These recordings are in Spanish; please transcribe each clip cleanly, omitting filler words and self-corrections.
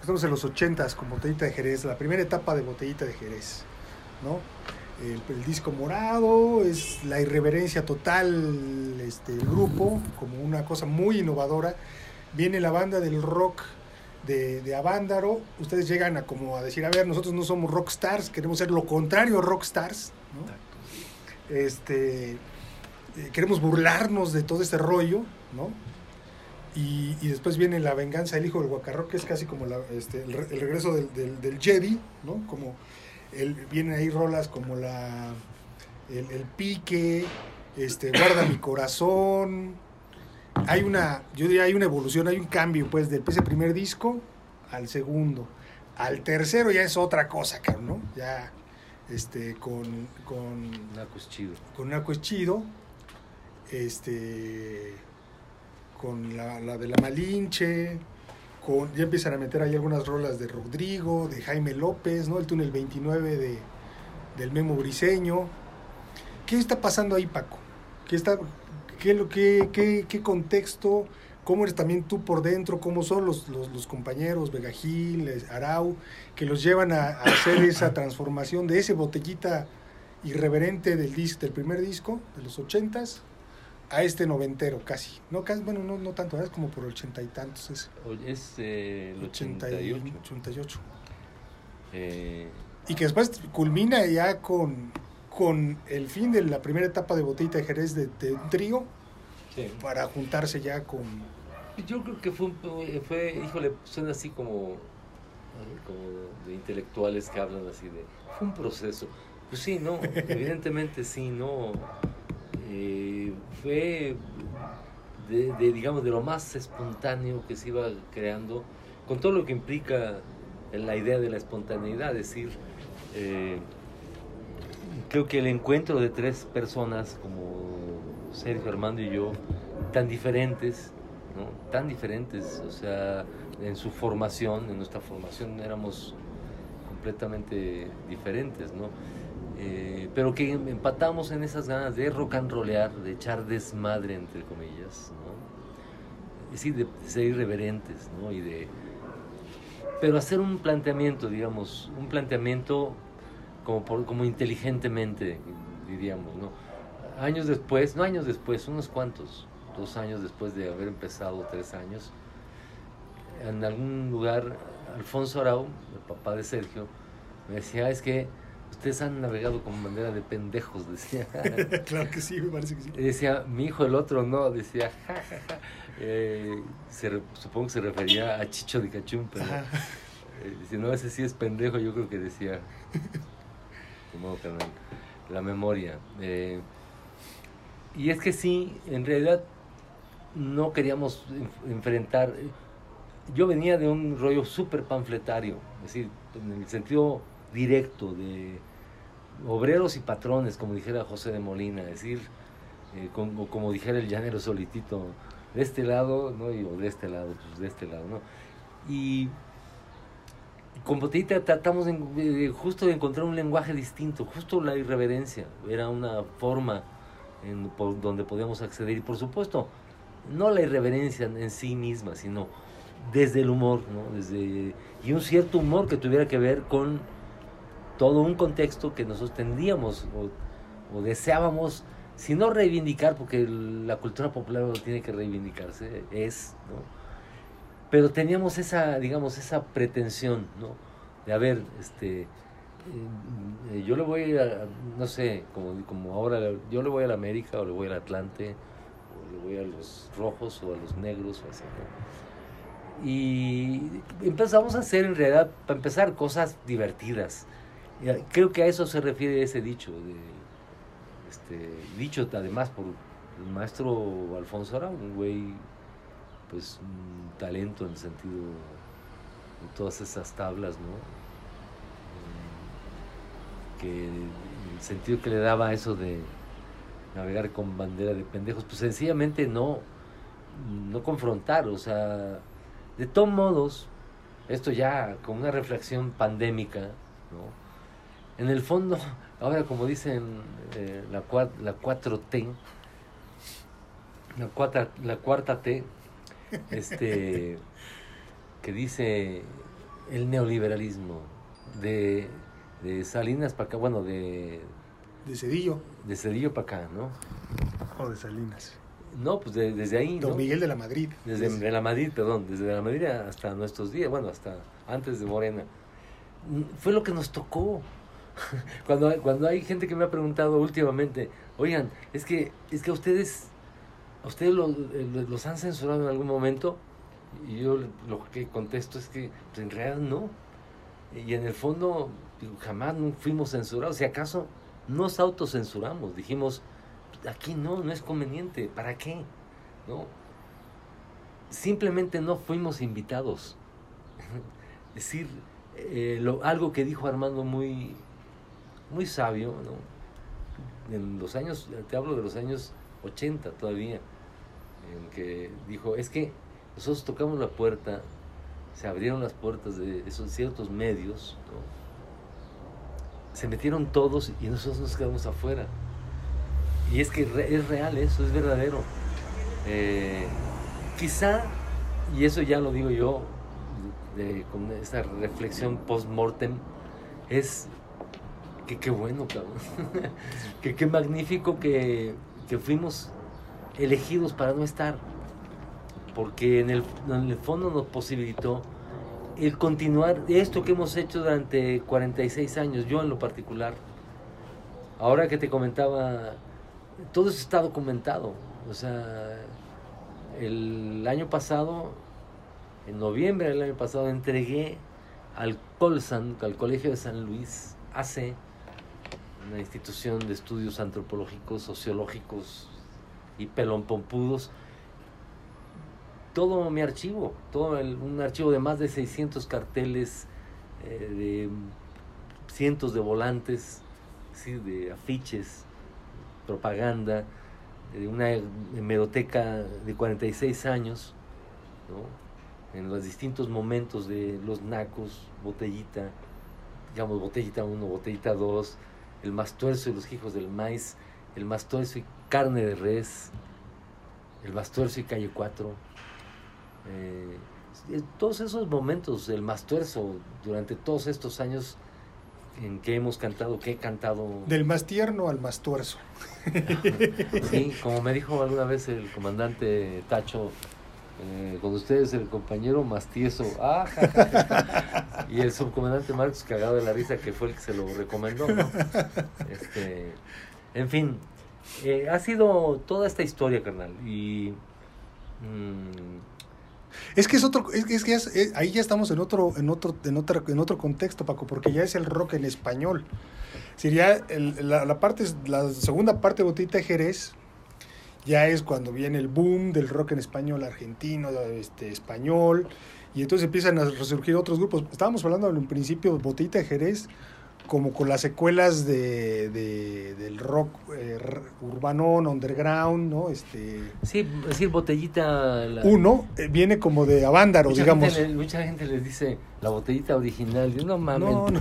estamos en los 80s con Botellita de Jerez, la primera etapa de Botellita de Jerez, ¿no? El disco morado, es la irreverencia total, el grupo, como una cosa muy innovadora. Viene la banda del rock de Avándaro, ustedes llegan a como a decir, a ver, nosotros no somos rockstars, queremos ser lo contrario a rockstars, ¿no? Queremos burlarnos de todo este rollo, ¿no? Y después viene La venganza del hijo del guacarro, que es casi como el regreso del Jedi, ¿no? Como vienen ahí rolas como el pique, guarda mi corazón. Yo diría, hay una evolución, hay un cambio, pues, de ese primer disco al segundo. Al tercero ya es otra cosa, cabrón, ¿no? Ya, con Naco es chido. Con Naco es chido, con la de la Malinche, ya empiezan a meter ahí algunas rolas de Rodrigo, de Jaime López, ¿no? El Túnel 29 del Memo Briseño. ¿Qué está pasando ahí, Paco? ¿Qué contexto? ¿Cómo eres también tú por dentro? ¿Cómo son los compañeros, Vega Gil, Arau, que los llevan a hacer esa transformación de ese Botellita irreverente del primer disco, de los 80s, a noventero casi? No tanto, es como por 80 y tantos. Es el 88. 88. Y que después culmina ya con el fin de la primera etapa de Botellita de Jerez de un trío, sí, para juntarse ya con... Yo creo que fue híjole, suena así como de intelectuales que hablan así de... Fue un proceso. Pues sí, no, evidentemente sí, no. Fue digamos, de lo más espontáneo que se iba creando, con todo lo que implica la idea de la espontaneidad, es decir... creo que el encuentro de tres personas como Sergio, Armando y yo, tan diferentes, ¿no? Tan diferentes, o sea, en nuestra formación éramos completamente diferentes, ¿no? Pero que empatamos en esas ganas de rock and rollear, de echar desmadre, entre comillas, ¿no? Es decir, de ser irreverentes, ¿no? Pero hacer un planteamiento, digamos, como inteligentemente, diríamos, ¿no? Unos cuantos, 2 años después de haber empezado, 3 años, en algún lugar, Alfonso Arau, el papá de Sergio, me decía, es que ustedes han navegado con bandera de pendejos, decía. Claro que sí, me parece que sí. Decía, mi hijo el otro no, decía, supongo que se refería a Chicho de Cachumpa, ¿no? Dice, no, ese sí es pendejo, yo creo que decía... Como la memoria. Y es que sí, en realidad no queríamos enfrentar. Yo venía de un rollo súper panfletario, es decir, en el sentido directo de obreros y patrones, como dijera José de Molina, es decir, como dijera el llanero solitito, de este lado, ¿no? O de este lado, pues de este lado, ¿no? Y con Botellita tratamos justo de encontrar un lenguaje distinto, justo la irreverencia, era una forma por donde podíamos acceder, y por supuesto, no la irreverencia en sí misma, sino desde el humor, ¿no? Y un cierto humor que tuviera que ver con todo un contexto que nosotros tendríamos o deseábamos, si no reivindicar, porque la cultura popular no tiene que reivindicarse, ¿no? Pero teníamos esa pretensión, ¿no? De haber, yo le voy a, no sé, como ahora, yo le voy al América, o le voy al Atlante, o le voy a los rojos, o a los negros, o así, ¿no? Y empezamos a hacer, en realidad, para empezar, cosas divertidas. Y creo que a eso se refiere ese dicho, dicho además por el maestro Alfonso Arau, un güey, pues un talento en el sentido de todas esas tablas, ¿no? Que el sentido que le daba a eso de navegar con bandera de pendejos, pues sencillamente no confrontar, o sea, de todos modos, esto ya con una reflexión pandémica, ¿no? En el fondo, ahora como dicen la 4T, la cuarta T, que dice el neoliberalismo de Salinas para acá, bueno, de Cedillo. De Cedillo para acá, ¿no? O de Salinas. No, pues desde ahí, Don ¿no? Miguel de la Madrid. Desde la Madrid, perdón, desde la Madrid hasta nuestros días, bueno, hasta antes de Morena. Fue lo que nos tocó. Cuando hay gente que me ha preguntado últimamente, oigan, es que a ustedes los han censurado en algún momento, y yo lo que contesto es que pues, en realidad no. Y en el fondo jamás fuimos censurados. Si acaso nos autocensuramos, dijimos, aquí no es conveniente, ¿para qué? ¿No? Simplemente no fuimos invitados. Es decir, algo que dijo Armando muy, muy sabio, ¿no? En los años, te hablo de los años 80 todavía, en que dijo, es que nosotros tocamos la puerta, se abrieron las puertas de esos ciertos medios, ¿no? Se metieron todos y nosotros nos quedamos afuera. Y es que es real eso, es verdadero. Quizá, y eso ya lo digo yo, con esa reflexión post-mortem, es que qué bueno, cabrón. que qué magnífico que fuimos elegidos para no estar. Porque en el fondo nos posibilitó el continuar esto que hemos hecho durante 46 años, yo en lo particular. Ahora que te comentaba, todo eso está documentado. O sea, el año pasado, en noviembre del año pasado, entregué al Colsan, al Colegio de San Luis, AC, una institución de estudios antropológicos, sociológicos y pelonpompudos, todo mi archivo, un archivo de más de 600 carteles, de cientos de volantes, ¿sí? De afiches, propaganda, de una hemeroteca de 46 años, ¿no? En los distintos momentos de los nacos, botellita, digamos botellita 1, botellita 2, el Mastuerzo y los hijos del maíz, el Mastuerzo y carne de res, el Mastuerzo y calle 4. Todos esos momentos, el Mastuerzo, durante todos estos años en que hemos cantado, que he cantado... Del más tierno al más tuerzo. Sí, como me dijo alguna vez el comandante Tacho, con ustedes el compañero más tieso. Y el subcomandante Marcos cagado de la risa, que fue el que se lo recomendó, ¿no? En fin, ha sido toda esta historia, carnal, y... Es que ahí ya estamos en otro contexto, Paco, porque ya es el rock en español. Sería la segunda parte de Botellita de Jerez, ya es cuando viene el boom del rock en español argentino, español, y entonces empiezan a resurgir otros grupos. Estábamos hablando en un principio de Botellita de Jerez como con las secuelas del rock urbanón, underground, ¿no? Sí, es decir, Botellita... viene como de Avándaro, digamos. Mucha gente les dice la Botellita original. Yo no mames. No.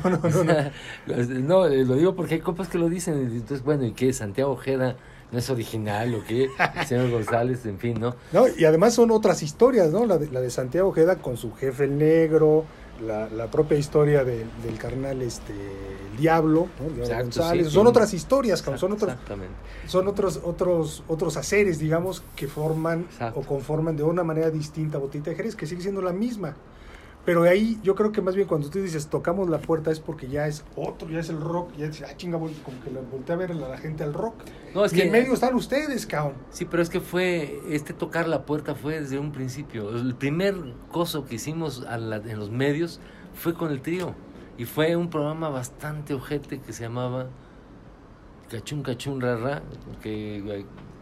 No, lo digo porque hay compas que lo dicen. Entonces, bueno, ¿y qué? ¿Santiago Ojeda no es original o qué? Señor González, en fin, ¿no? No, y además son otras historias, ¿no? La de Santiago Ojeda con su jefe el negro, la propia historia del carnal el Diablo, ¿no? Exacto, González. Sí, son sí. Otras historias, Exactamente. Son otros haceres, digamos, que forman o conforman de una manera distinta Botellita de Jerez, que sigue siendo la misma. Pero ahí yo creo que más bien cuando tú dices tocamos la puerta es porque ya es el rock, ya dices, chinga, como que le volteé a ver a la gente al rock. No, es y que en medio están ustedes, cabrón. Sí, pero es que tocar la puerta fue desde un principio. El primer coso que hicimos en los medios fue con el trío. Y fue un programa bastante ojete que se llamaba Cachún Cachún Rara, que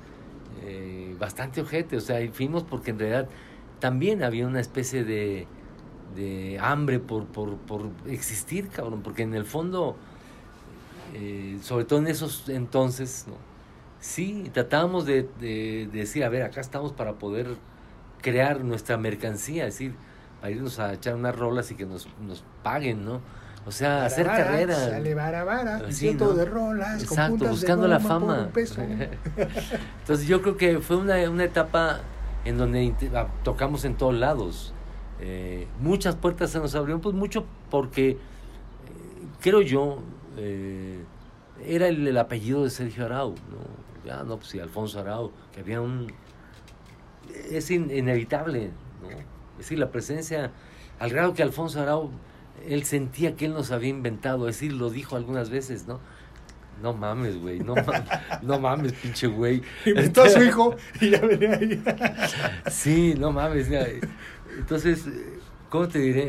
bastante ojete. O sea, y fuimos porque en realidad también había una especie de hambre por existir, cabrón, porque en el fondo, sobre todo en esos entonces, ¿no? Sí, tratábamos de decir, a ver, acá estamos para poder crear nuestra mercancía, es decir, para irnos a echar unas rolas y que nos paguen, ¿no? O sea, hacer carrera. Sale vara, sí, ¿no? De exacto, rolas, con puntas buscando de la goma fama. por un peso. Entonces yo creo que fue una etapa en donde tocamos en todos lados. Muchas puertas se nos abrieron, pues mucho porque, creo yo, era el apellido de Sergio Arau, ¿no? Ya, no, pues sí, Alfonso Arau, que había es inevitable, ¿no? Es decir, la presencia, al grado que Alfonso Arau, él sentía que él nos había inventado, es decir, lo dijo algunas veces, ¿no? No mames, güey, no mames, pinche güey. Inventó a su hijo y ya venía ahí. Sí, no mames. Ya. Entonces, ¿cómo te diré?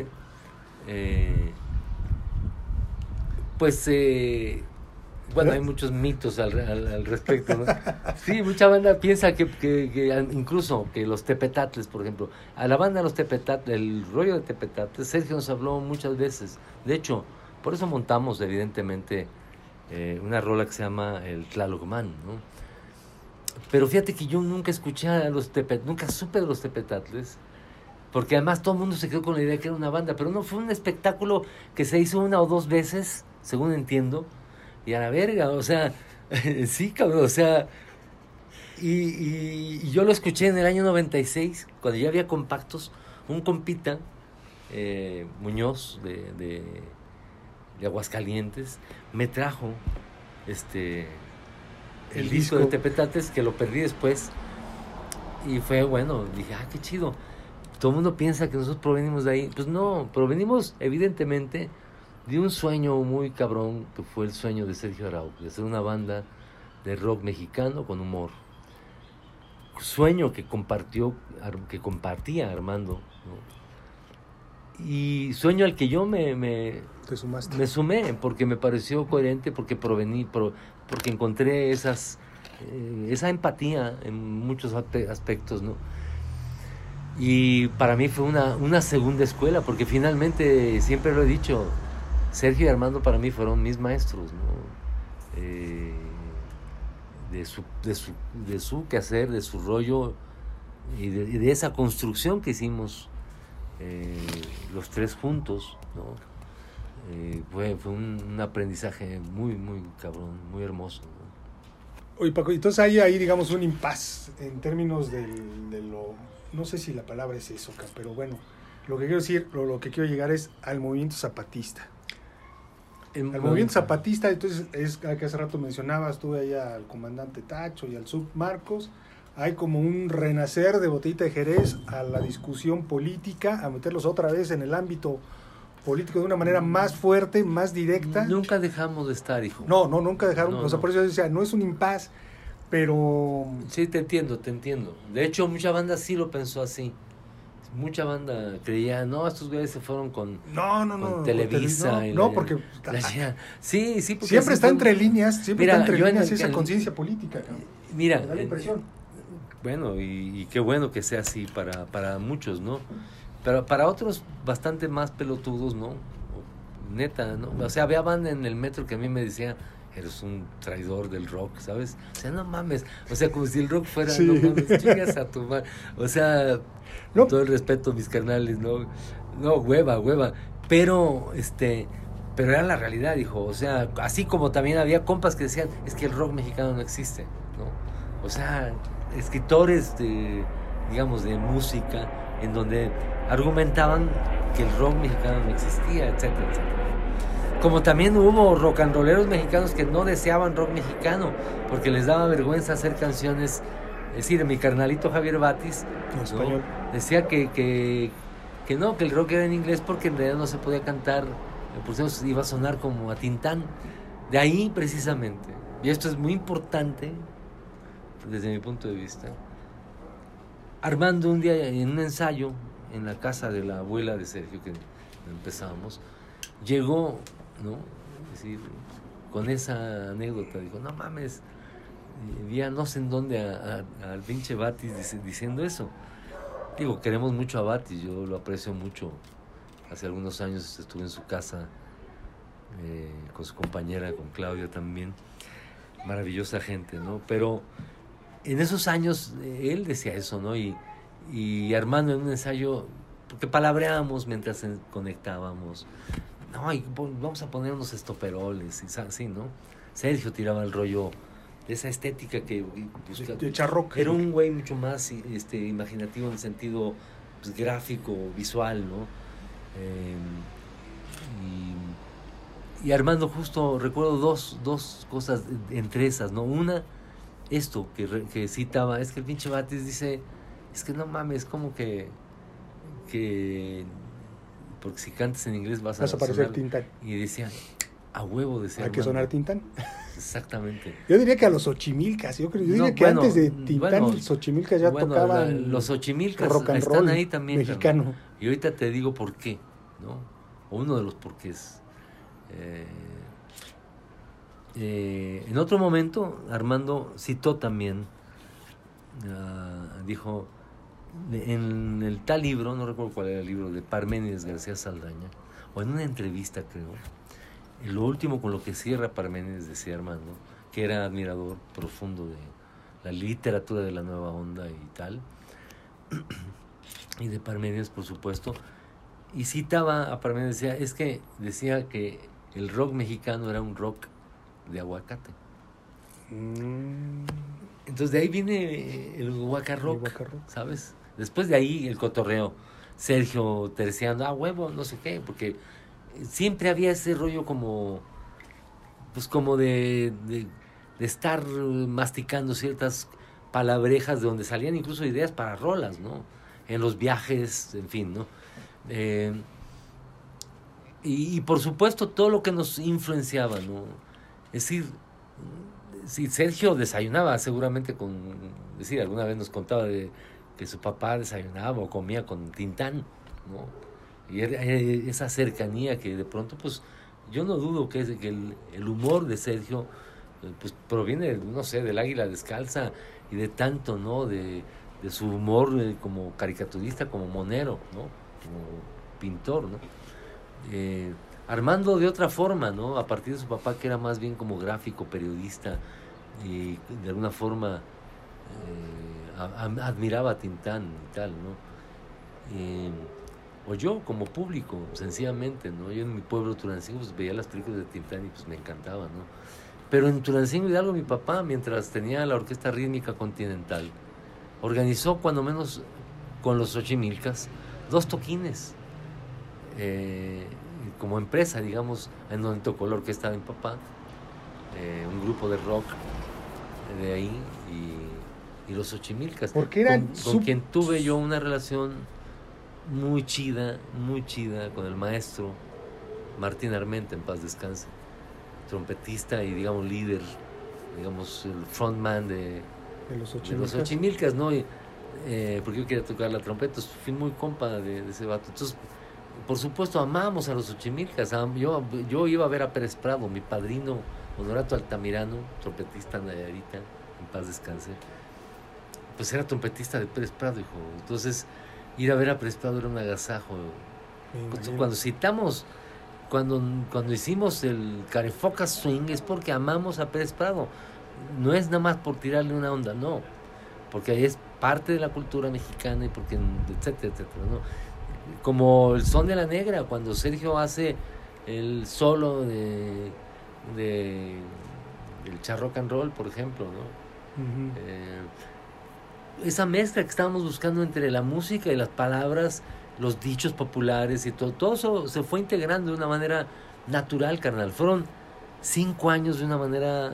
Bueno, hay muchos mitos al respecto, ¿no? Sí, mucha banda piensa que incluso que los tepetatles, por ejemplo, a la banda de los tepetatles, el rollo de tepetatles, Sergio nos habló muchas veces. De hecho, por eso montamos, evidentemente, una rola que se llama el Tlalocman, ¿no? Pero fíjate que yo nunca escuché a los nunca supe de los tepetatles, porque además todo el mundo se quedó con la idea de que era una banda, pero no, fue un espectáculo que se hizo 1 o 2 veces, según entiendo, y a la verga, o sea, sí, cabrón, o sea, y yo lo escuché en el año 96, cuando ya había compactos, un compita, Muñoz, de Aguascalientes, me trajo el disco de Tepetates, que lo perdí después, y fue bueno, dije, qué chido. Todo el mundo piensa que nosotros provenimos de ahí. Pues no, provenimos evidentemente de un sueño muy cabrón, que fue el sueño de Sergio Arau, de hacer una banda de rock mexicano con humor. Sueño que compartía Armando, ¿no? Y sueño al que yo me sumé, porque me pareció coherente, porque porque encontré esa empatía en muchos aspectos, ¿no? Y para mí fue una segunda escuela, porque finalmente, siempre lo he dicho, Sergio y Armando para mí fueron mis maestros, ¿no? De su quehacer, de su rollo, y de esa construcción que hicimos los tres juntos, ¿no? Fue un aprendizaje muy, muy cabrón, muy hermoso, ¿no? Oye, Paco, entonces hay ahí, digamos, un impasse en términos de lo... No sé si la palabra es eso, pero bueno, lo que quiero decir, lo que quiero llegar es al movimiento zapatista. Al movimiento zapatista, entonces, es que hace rato mencionabas tú ahí al comandante Tacho y al sub Marcos. Hay como un renacer de Botellita de Jerez a la discusión política, a meterlos otra vez en el ámbito político de una manera más fuerte, más directa. Nunca dejamos de estar, hijo. No, nunca dejaron. No, o sea, por eso yo decía, no es un impasse, pero... Sí, te entiendo. De hecho, mucha banda sí lo pensó así. Mucha banda creía, no, estos güeyes se fueron con Televisa. Porque... Sí, porque siempre está entre líneas, esa conciencia política. Mira, me da la impresión. Bueno, y qué bueno que sea así para muchos, ¿no? Pero para otros bastante más pelotudos, ¿no? Neta, ¿no? O sea, había banda en el metro que a mí me decía, eres un traidor del rock, ¿sabes? O sea, no mames. O sea, como si el rock fuera, sí. No mames, chingas a tu madre. O sea, no. Todo el respeto, mis carnales, ¿no? No, hueva. Pero era la realidad, hijo. O sea, así como también había compas que decían, es que el rock mexicano no existe, ¿no? O sea, escritores de música, en donde argumentaban que el rock mexicano no existía, etcétera, etcétera. Como también hubo rock and rolleros mexicanos que no deseaban rock mexicano, porque les daba vergüenza hacer canciones. Es decir, mi carnalito Javier Batis, ¿no? Decía que no, que el rock era en inglés porque en realidad no se podía cantar, por eso iba a sonar como a Tintán. De ahí precisamente, y esto es muy importante desde mi punto de vista, Armando un día en un ensayo en la casa de la abuela de Sergio, que empezábamos, llegó, ¿no? Es decir, con esa anécdota, dijo, no mames, ya no sé en dónde al pinche Batis diciendo eso. Digo, queremos mucho a Batis, yo lo aprecio mucho. Hace algunos años estuve en su casa con su compañera, con Claudia también. Maravillosa gente, ¿no? Pero en esos años él decía eso, ¿no? Y Armando en un ensayo, porque palabreábamos mientras conectábamos. No, y vamos a poner unos estoperoles, y así, ¿no? Sergio tiraba el rollo de esa estética que busca. De charrock. Era un güey mucho más imaginativo en el sentido pues, gráfico, visual, ¿no? Y Armando, justo recuerdo dos cosas entre esas, ¿no? Una, esto que citaba, es que el pinche Batis dice, es que no mames, como que porque si cantas en inglés vas a parecer sonar, Tintán. y decía, a huevo, decía Hay que Armando. sonar Tintán. Exactamente. Yo diría que a los Xochimilcas, yo diría que antes de Tintán, los Xochimilcas ya tocaban los Xochimilcas rock and están roll ahí también, mexicano. Carmen. Y ahorita te digo por qué, ¿no? O uno de los porqués. En otro momento, Armando citó también, dijo, en el tal libro, no recuerdo cuál era el libro, de Parménides García Saldaña, o en una entrevista, creo, lo último con lo que cierra Parménides, decía Armando, que era admirador profundo de la literatura de la nueva onda y tal, y de Parménides, por supuesto, y citaba a Parménides, decía que el rock mexicano era un rock de aguacate. Entonces de ahí viene el guacarrock, ¿sabes? Después de ahí el cotorreo, Sergio terciando, huevo, no sé qué, porque siempre había ese rollo como de estar masticando ciertas palabrejas de donde salían incluso ideas para rolas, ¿no? En los viajes, en fin, ¿no? Y por supuesto todo lo que nos influenciaba, ¿no? Es decir, si Sergio desayunaba seguramente alguna vez nos contaba de que su papá desayunaba o comía con Tintán, ¿no? Y era esa cercanía que de pronto, pues, yo no dudo que el humor de Sergio, pues, proviene, no sé, del Águila Descalza y de tanto, ¿no? De su humor como caricaturista, como monero, ¿no? Como pintor, ¿no? Armando de otra forma, ¿no? A partir de su papá, que era más bien como gráfico, periodista, y de alguna forma admiraba a Tintán y tal, ¿no? O yo como público, sencillamente, ¿no? Yo en mi pueblo Tulancingo pues veía las películas de Tintán y pues me encantaba, ¿no? Pero en Tulancingo Hidalgo mi papá, mientras tenía la Orquesta Rítmica Continental, organizó cuando menos con los Xochimilcas 2 toquines como empresa, digamos, en donde tocó la orquesta de mi papá, un grupo de rock de ahí y los Xochimilcas, porque eran con quien tuve yo una relación muy chida con el maestro Martín Armenta, en paz descanse, trompetista y digamos líder, digamos el frontman de los Xochimilcas, ¿no? Porque yo quería tocar la trompeta, fui muy compa de ese vato. Entonces, por supuesto, amamos a los Xochimilcas. Yo iba a ver a Pérez Prado, mi padrino Honorato Altamirano, trompetista nayarita, en paz descanse, pues era trompetista de Pérez Prado, hijo. Entonces, ir a ver a Pérez Prado era un agasajo. Cuando citamos, cuando hicimos el Carefocas Swing, es porque amamos a Pérez Prado. No es nada más por tirarle una onda, no. Porque es parte de la cultura mexicana y porque, etcétera, etcétera, ¿no? Como el Son de la Negra, cuando Sergio hace el solo del rock and roll, por ejemplo, ¿no? Esa mezcla que estábamos buscando entre la música y las palabras, los dichos populares y todo eso se fue integrando de una manera natural, carnal. Fueron 5 años de una manera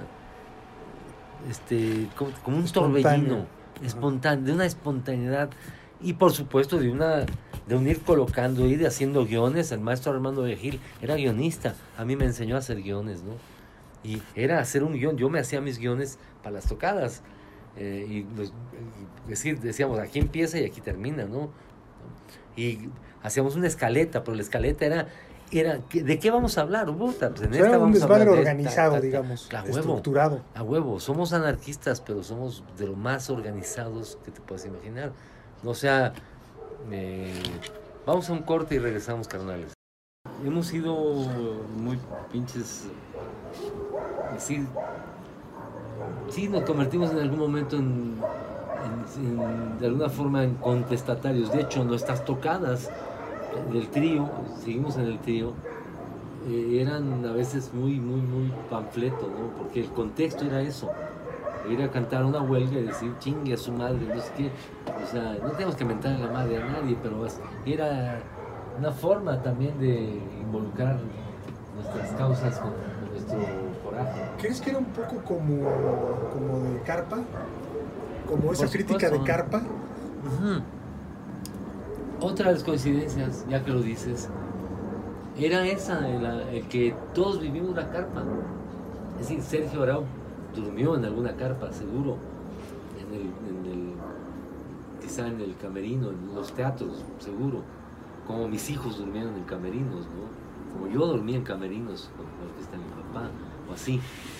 como un torbellino espontáneo, de una espontaneidad y por supuesto de un ir colocando, ir haciendo guiones. El maestro Armando de Gil era guionista, a mí me enseñó a hacer guiones, ¿no? Y era hacer un guión, yo me hacía mis guiones para las tocadas, decíamos, aquí empieza y aquí termina, ¿no? Y hacíamos una escaleta, pero la escaleta era ¿de qué vamos a hablar? Pues era un desmadre organizado, digamos, estructurado. A huevo, somos anarquistas, pero somos de lo más organizados que te puedes imaginar. O sea, vamos a un corte y regresamos, carnales. Hemos sido muy pinches... Sí, nos convertimos en algún momento de alguna forma en contestatarios. De hecho, nuestras tocadas del trío, seguimos en el trío, eran a veces muy panfleto, ¿no? Porque el contexto era eso. ir a cantar una huelga y decir chingue a su madre, no sé qué. O sea, no tenemos que mentar a la madre a nadie, pero era una forma también de involucrar nuestras causas con nuestro coraje. ¿Crees que era un poco como de carpa? Como esa Por crítica de supuesto. carpa. Ujú. Otra de las coincidencias, ya que lo dices, era esa, el que todos vivimos la carpa. Es decir, Sergio Arau durmió en alguna carpa, seguro, quizá en el camerino, en los teatros, seguro, como mis hijos durmieron en camerinos, ¿no? Como yo dormía en camerinos con la orquesta de mi papá, o así.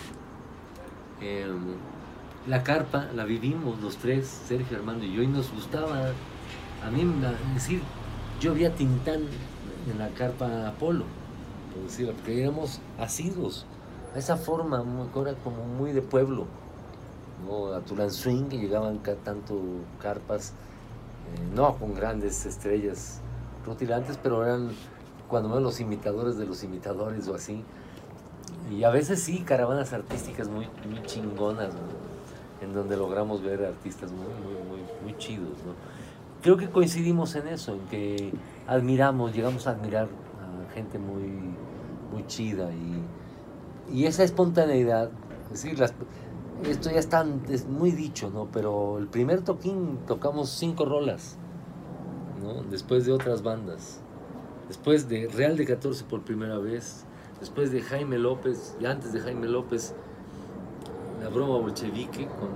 La carpa la vivimos los tres, Sergio, Armando y yo, y nos gustaba. A mí, es decir, yo vi a Tintán en la carpa Apolo, por decirlo, porque éramos asiduos a esa forma, era como muy de pueblo, ¿no? A Tulancingo, que llegaban tanto carpas, no con grandes estrellas rutilantes, pero eran cuando menos los imitadores de los imitadores o así. Y a veces sí, caravanas artísticas muy, muy chingonas, ¿no? En donde logramos ver artistas muy chidos, ¿no? Creo que coincidimos en eso, en que llegamos a admirar a gente muy chida y esa espontaneidad, es decir, esto ya es muy dicho, ¿no? Pero el primer toquín tocamos 5 rolas, ¿no? Después de otras bandas, después de Real de 14 por primera vez, después de Jaime López, y antes de Jaime López, La Broma Bolchevique con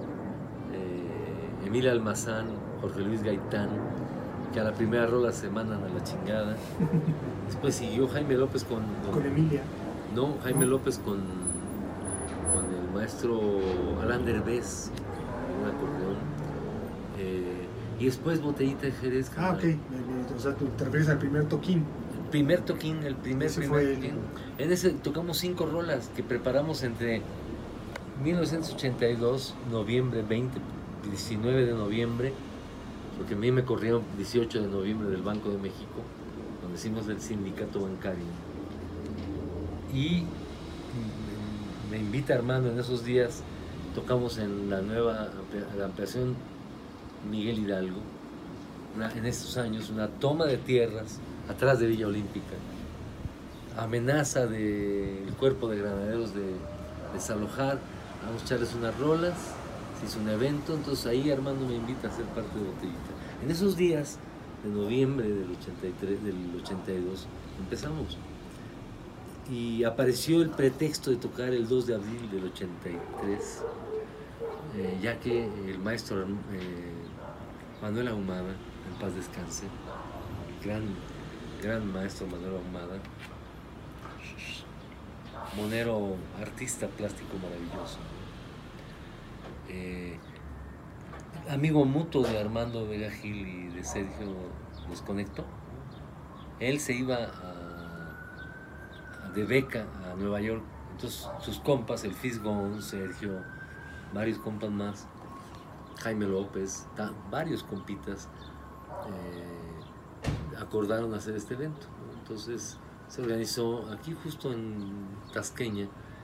Emilio Almazán, Jorge Luis Gaitán, que a la primera rola se mandan a la chingada. Después siguió Jaime López con Emilia. No, Jaime López con el maestro Alan Derbez, en un acordeón. Y después Botellita de Jerez. Ah, ok. O sea, tú te refieres al primer toquín. El primer toquín. En ese tocamos 5 rolas que preparamos entre 1982, noviembre 19 de noviembre, porque a mí me corrieron 18 de noviembre del Banco de México, donde hicimos el sindicato bancario. Y me invita Armando en esos días, tocamos en la ampliación Miguel Hidalgo, en estos años, una toma de tierras atrás de Villa Olímpica, amenaza del cuerpo de granaderos de desalojar, vamos a echarles unas rolas, se hizo un evento, entonces ahí Armando me invita a ser parte de Botellita. En esos días de noviembre del 82 empezamos. Y apareció el pretexto de tocar el 2 de abril del 83, ya que el maestro Manuel Ahumada, en paz descanse, gran maestro Manuel Ahumada, monero, artista plástico maravilloso, amigo mutuo de Armando Vega Gil y de Sergio, los conectó. Él se iba de beca a Nueva York, entonces sus compas, el Fisgón, Sergio, varios compas más, Jaime López, varios compitas, acordaron hacer este evento, ¿no? Entonces se organizó aquí justo en Tasqueña,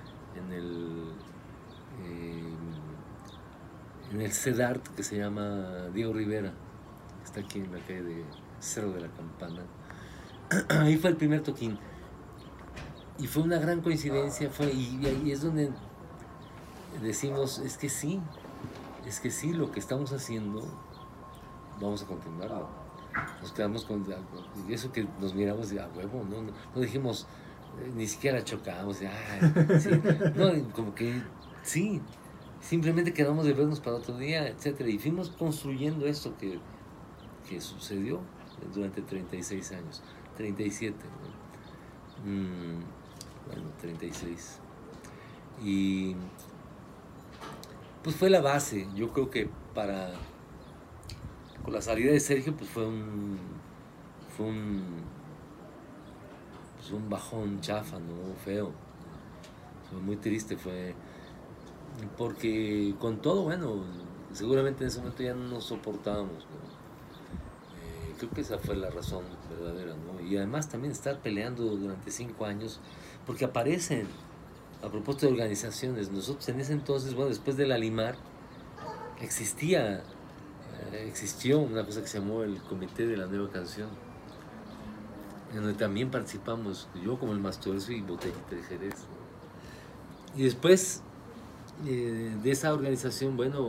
en el CEDART, que se llama Diego Rivera, que está aquí en la calle de Cerro de la Campana. Ahí fue el primer toquín. Y fue una gran coincidencia, y ahí es donde decimos, es que sí, lo que estamos haciendo, vamos a continuarlo. Nos quedamos con eso que nos miramos de a huevo, no dijimos, ni siquiera chocamos, sí, no, como que sí, simplemente quedamos de vernos para otro día, etcétera, y fuimos construyendo esto que sucedió durante 36 años, 37, ¿no? Bueno, 36. Y pues fue la base. Yo creo que con la salida de Sergio, pues fue un bajón chafa, ¿no? Feo. Fue muy triste, porque con todo, bueno, seguramente en ese momento ya no nos soportábamos, ¿no? Creo que esa fue la razón verdadera, ¿no? Y además también estar peleando durante 5 años, porque aparecen a propósito de organizaciones, nosotros en ese entonces, bueno, después del Alimar, existió una cosa que se llamó el Comité de la Nueva Canción, en donde también participamos, yo como el Mastuerzo y Botellita de Jerez. Y después de esa organización, bueno,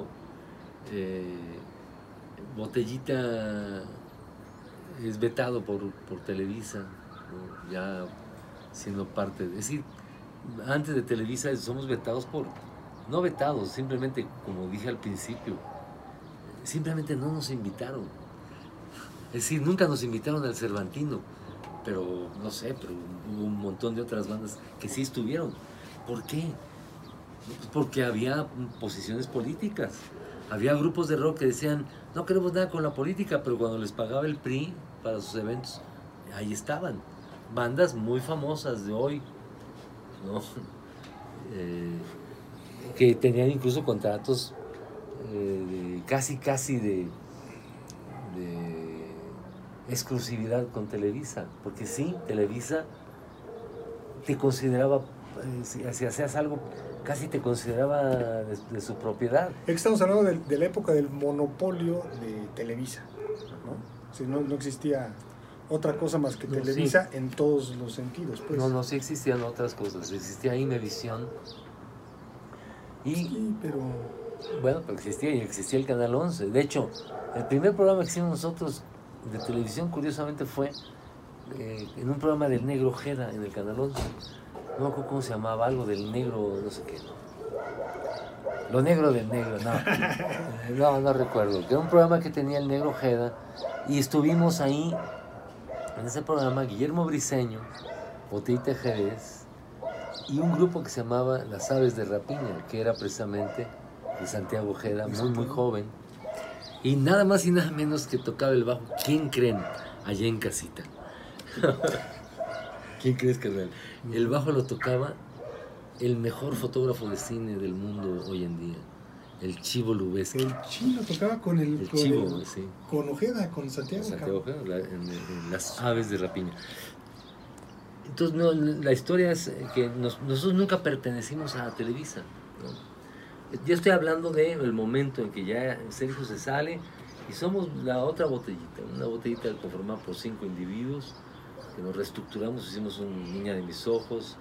Botellita es vetado por Televisa, ¿no? Ya siendo parte, es decir, antes de Televisa somos vetados no vetados, simplemente, como dije al principio, simplemente no nos invitaron. Es decir, nunca nos invitaron al Cervantino, pero no sé, pero hubo un montón de otras bandas que sí estuvieron. ¿Por qué? Pues porque había posiciones políticas. Había grupos de rock que decían, no queremos nada con la política, pero cuando les pagaba el PRI para sus eventos, ahí estaban. Bandas muy famosas de hoy, ¿no? Que tenían incluso contratos casi de exclusividad con Televisa, porque sí, Televisa te consideraba, si hacías algo, casi te consideraba de su propiedad. Es que estamos hablando de la época del monopolio de Televisa, ¿no? O sea, no existía otra cosa más que Televisa, sí, en todos los sentidos, pues. No, sí existían otras cosas, existía Imevisión y... Sí, pero... Bueno, pero existía el Canal 11. De hecho, el primer programa que hicimos nosotros de televisión, curiosamente, fue en un programa del Negro Ojeda en el Canal 11. No me acuerdo cómo se llamaba, algo del negro, no sé qué. Lo negro del negro, no recuerdo. Que era un programa que tenía el Negro Ojeda y estuvimos ahí, en ese programa, Guillermo Briceño, Botellita Jerez y un grupo que se llamaba Las Aves de Rapiña, que era precisamente de Santiago Ojeda, muy joven, y nada más y nada menos que tocaba el bajo. ¿Quién creen? Allá en casita. ¿Quién crees que era? El bajo lo tocaba el mejor fotógrafo de cine del mundo hoy en día, el Chivo Lubeski. El Chivo tocaba con Chivo, sí. Con Ojeda, con Santiago Ojeda, en Las Aves de Rapiña. Entonces, no, la historia es que nosotros nunca pertenecimos a Televisa, ¿no? Yo estoy hablando del momento en que ya Sergio se sale y somos la otra botellita, una botellita conformada por 5 individuos que nos reestructuramos, hicimos un Niña de mis ojos,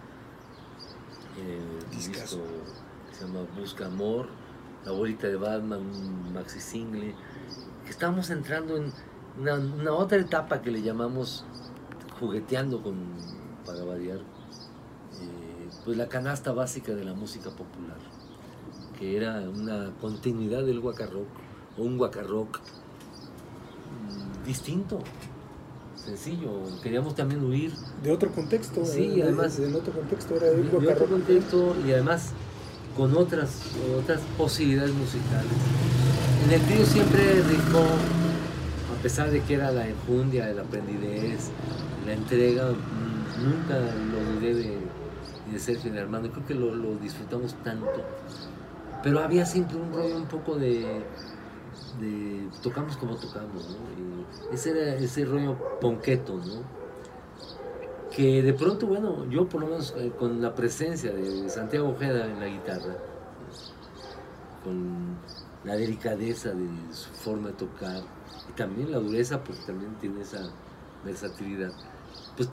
un disco que se llama Busca Amor, La Bolita de Batman, un maxi single, que estábamos entrando en una otra etapa que le llamamos jugueteando para variar, pues la canasta básica de la música popular, que era una continuidad del guacarrock, o un guacarrock distinto, sencillo. Queríamos también huir de otro contexto, sí, además en otro contexto era de otro contexto, y además con otras posibilidades musicales. En el trío siempre rifó, a pesar de que era la enjundia, la aprendidez, la entrega, nunca lo dudé de Sergio y de Armando. Creo que lo disfrutamos tanto. Pero había siempre un rollo un poco de tocamos como tocamos, ¿no? Ese era ese rollo ponqueto, ¿no? Que de pronto, bueno, yo por lo menos con la presencia de Santiago Ojeda en la guitarra, con la delicadeza de su forma de tocar, y también la dureza, porque también tiene esa versatilidad, pues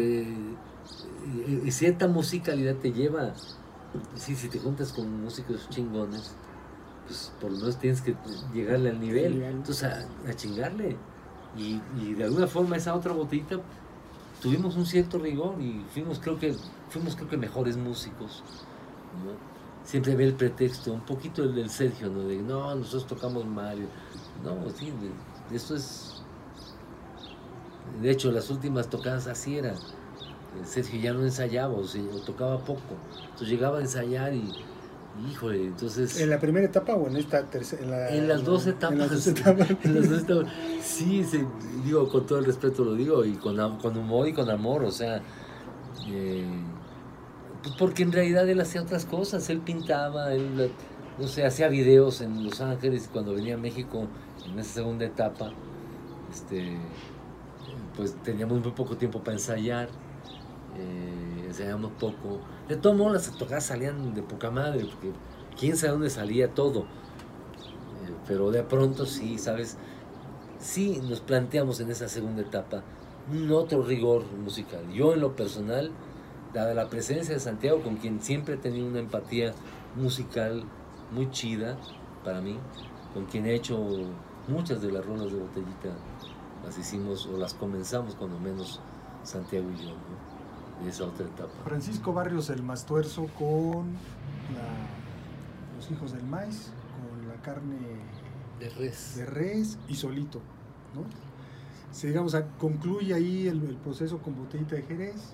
cierta musicalidad te lleva. Sí, si te juntas con músicos chingones, pues por lo menos tienes que llegarle al nivel, entonces a chingarle. Y de alguna forma esa otra botellita tuvimos un cierto rigor y fuimos creo que mejores músicos, ¿no? Siempre ve el pretexto, un poquito el del Sergio, ¿no? De no, nosotros tocamos mal. No, sí, esto es... De hecho, las últimas tocadas así eran. Sergio ya no ensayaba o tocaba poco, entonces llegaba a ensayar y híjole, entonces... ¿En la primera etapa o en esta tercera? En las dos etapas. En las dos etapas. Sí, digo, con todo el respeto lo digo, y con humor y con amor, o sea, pues porque en realidad él hacía otras cosas, él pintaba, él, no sé, hacía videos en Los Ángeles, y cuando venía a México en esa segunda etapa, pues teníamos muy poco tiempo para ensayar. ensayamos poco. De todo modo las tocadas salían de poca madre, porque quién sabe dónde salía todo. Pero de pronto sí, ¿sabes? Sí nos planteamos en esa segunda etapa un otro rigor musical. Yo en lo personal, dada la presencia de Santiago, con quien siempre he tenido una empatía musical muy chida para mí, con quien he hecho muchas de las rolas de Botellita, las hicimos o las comenzamos cuando menos Santiago y yo, ¿no? De esa otra etapa. Francisco Barrios el Mastuerzo con Los Hijos del Maíz, con la carne de res y solito, ¿no? Si digamos, concluye ahí el proceso con Botellita de Jerez,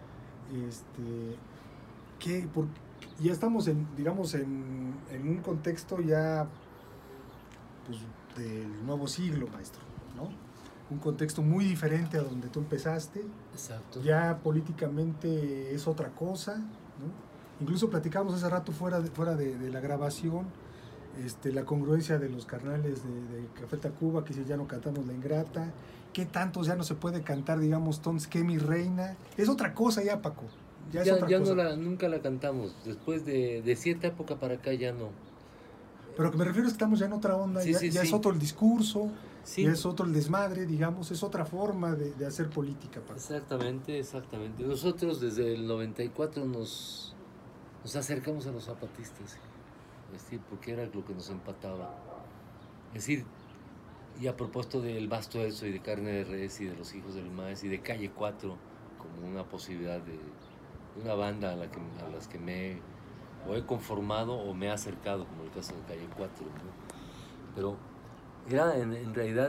ya estamos digamos en un contexto ya pues, del nuevo siglo, maestro, ¿no? Un contexto muy diferente a donde tú empezaste. Exacto. Ya políticamente es otra cosa, ¿no? Incluso platicábamos hace rato fuera de la grabación, la congruencia de los carnales de Café Tacuba, que si ya no cantamos La Ingrata, qué tantos ya no se puede cantar, digamos, Tons que mi reina. Es otra cosa ya, Paco. Ya es otra cosa. Nunca la cantamos. Después de cierta época para acá ya no. Pero que me refiero es que estamos ya en otra onda, sí, ya es otro el discurso, sí. Ya es otro el desmadre, digamos, es otra forma de hacer política, Paco. Exactamente. Nosotros desde el 94 nos acercamos a los zapatistas, es decir, porque era lo que nos empataba. Es decir, y a propósito del Mastuerzo y de Carne de Res y de Los Hijos del Maíz y de Calle 4 como una posibilidad de una banda a las que me he conformado o me he acercado, como el caso de Calle 4, ¿no? Pero era en realidad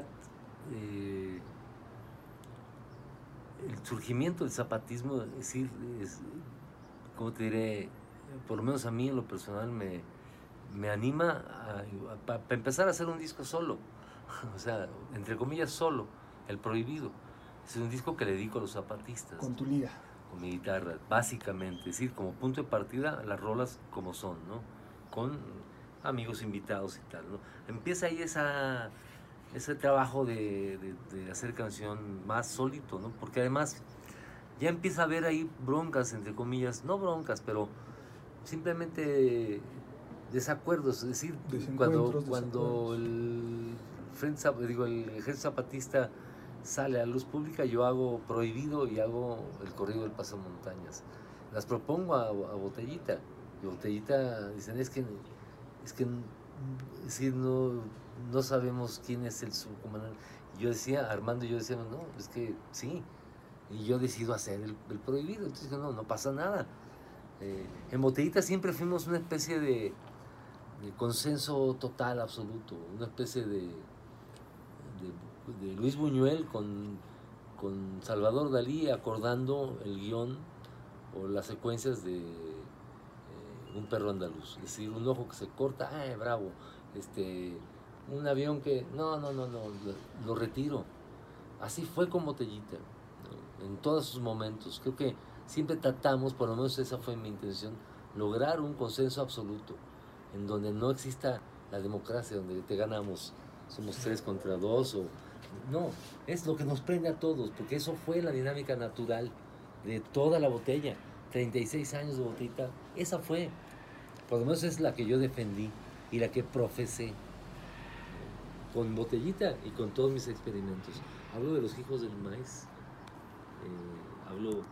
el surgimiento del zapatismo, es decir, como te diré, por lo menos a mí en lo personal me anima para empezar a hacer un disco solo, o sea, entre comillas solo, El Prohibido. Es un disco que le dedico a los zapatistas. Con tu lira. Con mi guitarra, básicamente, es decir, como punto de partida, las rolas como son, ¿no? Con amigos invitados y tal, ¿no? Empieza ahí ese trabajo de hacer canción más sólido, ¿no? Porque además ya empieza a haber ahí broncas, entre comillas, no broncas, pero simplemente desacuerdos, es decir, cuando el Ejército Zapatista sale a luz pública, yo hago Prohibido y hago El Corrido del Pasamontañas. Las propongo a Botellita, y Botellita dicen, es decir, no sabemos quién es el subcomandante. Yo decía, Armando y yo decíamos, no, es que sí, y yo decido hacer el Prohibido. Entonces dije, no pasa nada. En Botellita siempre fuimos una especie de consenso total, absoluto, una especie de Luis Buñuel con Salvador Dalí acordando el guión o las secuencias de Un perro andaluz. Es decir, un ojo que se corta, bravo. Un avión que, no, lo retiro. Así fue con Botellita, ¿no? En todos sus momentos. Creo que siempre tratamos, por lo menos esa fue mi intención, lograr un consenso absoluto, en donde no exista la democracia, donde te ganamos, somos 3 contra 2, no, es lo que nos prende a todos, porque eso fue la dinámica natural de toda la botella, 36 años de Botellita, esa fue, por lo menos es la que yo defendí y la que profesé con Botellita y con todos mis experimentos. Hablo de Los Hijos del Maíz, hablo de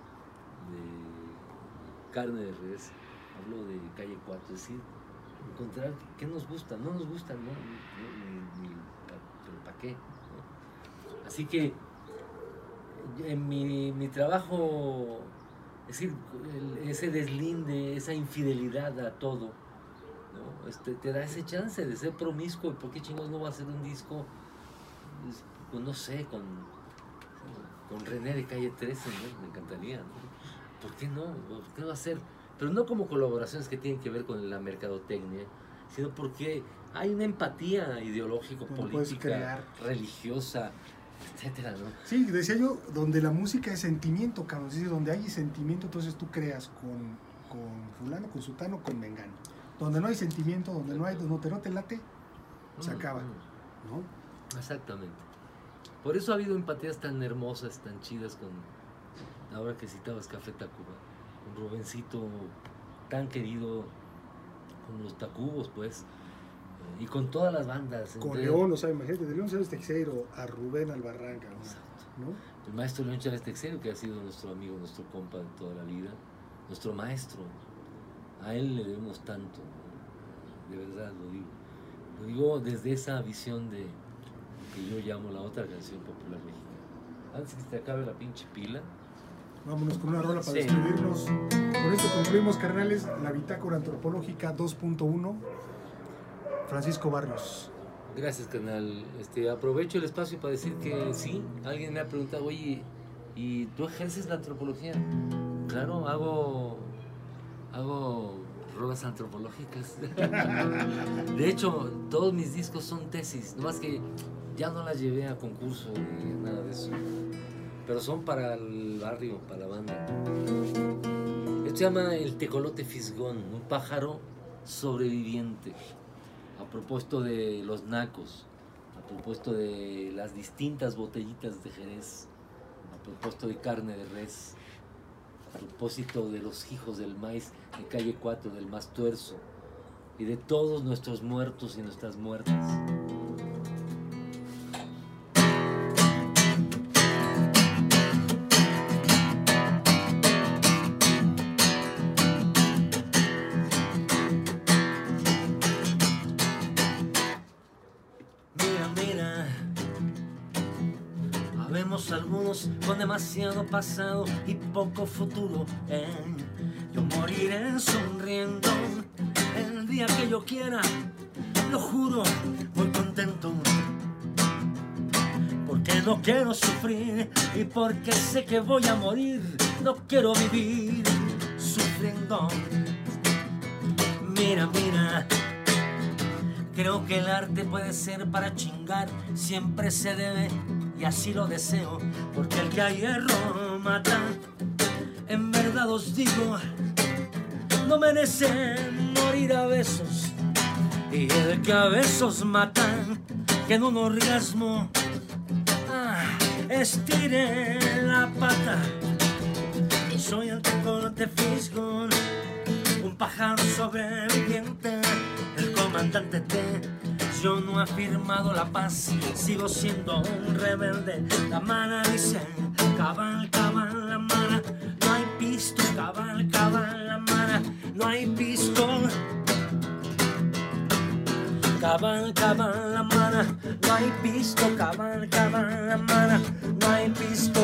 Carne de Res, hablo de Calle 4, es decir, encontrar qué nos gusta, no nos gusta, ¿no? Pero ¿para qué? ¿No? Así que en mi trabajo, es decir, ese deslinde, esa infidelidad a todo, ¿no? Te da ese chance de ser promiscuo. ¿Y por qué chingados no va a hacer un disco, no sé, con René de Calle 13, ¿no? Me encantaría, ¿no? ¿Por qué no? ¿Por qué no va a ser? Pero no como colaboraciones que tienen que ver con la mercadotecnia, sino porque hay una empatía ideológica, política, religiosa, etcétera, ¿no? Sí, decía yo, donde la música es sentimiento, cabrón. Es decir, donde hay sentimiento, entonces tú creas con fulano, con sutano, con mengano. Donde no hay sentimiento, donde no te late, se acaba, ¿no? Exactamente. Por eso ha habido empatías tan hermosas, tan chidas con, ahora que citabas Café Tacuba, con Rubencito, tan querido, con los Tacubos, pues, y con todas las bandas. Con León, o sea, imagínate, de León Chávez Teixeiro a Rubén Albarranga, ¿no? El maestro León Chávez Teixeiro, que ha sido nuestro amigo, nuestro compa de toda la vida, nuestro maestro, a él le debemos tanto, ¿no? De verdad lo digo desde esa visión de que yo llamo la otra canción popular mexicana. Antes que se te acabe la pinche pila. Vámonos con una rola para despedirnos. Con esto concluimos, carnales, la Bitácora Antropológica 2.1. Francisco Barrios. Gracias, carnal. Aprovecho el espacio para decir que sí, alguien me ha preguntado, oye, ¿y tú ejerces la antropología? Claro, hago rolas antropológicas. De hecho, todos mis discos son tesis, nomás que ya no las llevé a concurso ni nada de eso. Pero son para el barrio, para la banda. Esto se llama el tecolote fisgón, un pájaro sobreviviente. A propósito de los nacos, a propósito de las distintas botellitas de Jerez, a propósito de carne de res, a propósito de los hijos del maíz de calle 4, del Más Tuerzo, y de todos nuestros muertos y nuestras muertas. Algunos con demasiado pasado y poco futuro. Yo moriré sonriendo el día que yo quiera, lo juro, muy contento. Porque no quiero sufrir y porque sé que voy a morir. No quiero vivir sufriendo. Mira, creo que el arte puede ser para chingar, siempre se debe. Y así lo deseo, porque el que a hierro mata, en verdad os digo, no merece morir a besos. Y el que a besos mata, que en un orgasmo estire la pata. Soy el tecolote fisgón, un pájaro sobreviviente, el comandante T. Yo no he firmado la paz, sigo siendo un rebelde. La mana dice, cabal, la mana. No hay pisto, cabal, la mana. No hay pisto. Cabal, la mana. No hay pisto, cabal, la mana. No hay pisto.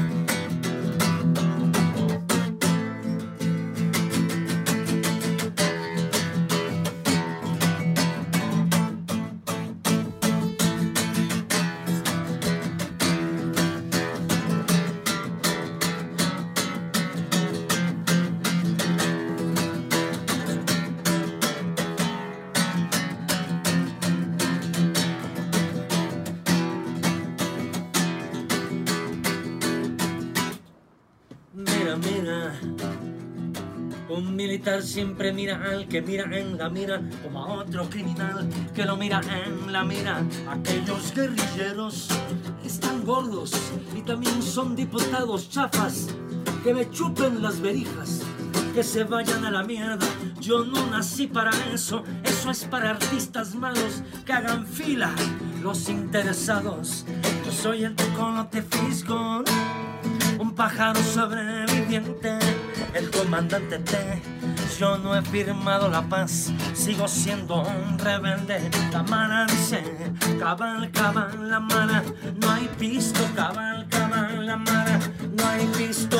Un militar siempre mira al que mira en la mira, como a otro criminal que lo mira en la mira. Aquellos guerrilleros están gordos y también son diputados chafas, que me chupen las verijas, que se vayan a la mierda. Yo no nací para eso, eso es para artistas malos que hagan fila los interesados. Yo soy el tecolote fisgón, un pájaro sobreviviente, el comandante T. Yo no he firmado la paz, sigo siendo un rebelde. La mana dice, cabal, la mana. No hay pisto, cabal, la mana. No hay pisto.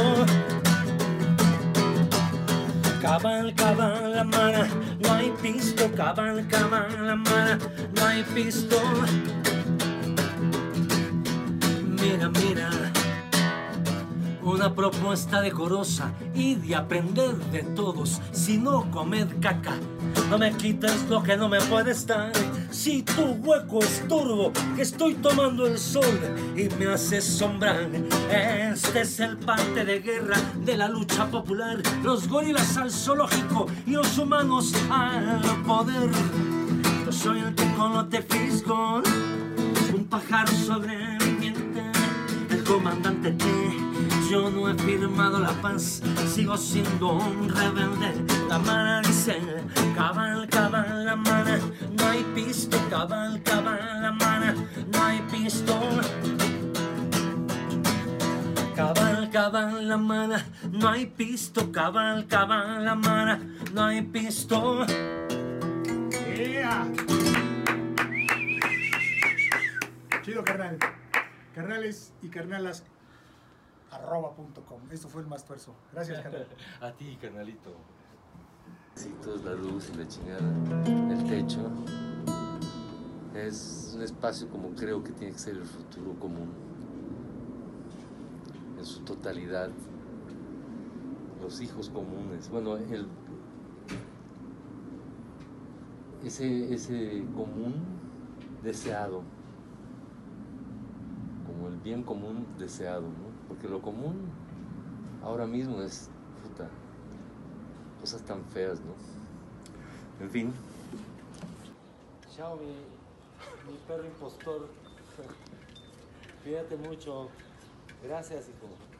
Cabal, la mana. No hay pisto, cabal, la mana. No hay pisto. Mira. Una propuesta decorosa y de aprender de todos. Si no, comed caca. No me quites lo que no me puedes dar. Si tu hueco estorbo, que estoy tomando el sol y me hace sombra. Este es el parte de guerra de la lucha popular. Los gorilas al zoológico y los humanos al poder. Yo soy el tecolote fisgón, un pájaro sobreviviente, el comandante T. yo no he firmado la paz, sigo siendo un rebelde. La mana dice, cabal, cabal, la mana, no hay pisto, cabal, cabal, la mana, no hay pisto. Cabal, cabal, la mana, no hay pisto, cabal, cabal, la mana, no hay pisto. Yeah. Chido, carnal. Carnales y carnalas @.com. Esto fue el Más Tuerzo. Gracias, carnal. A ti, carnalito. Sí, toda la luz y la chingada. El techo es un espacio como creo que tiene que ser el futuro común. En su totalidad. Los hijos comunes. Bueno, ese común deseado. Como el bien común deseado, ¿no? Porque lo común ahora mismo es, puta, cosas tan feas, ¿no? En fin. Chao, mi perro impostor. Cuídate mucho. Gracias, hijo.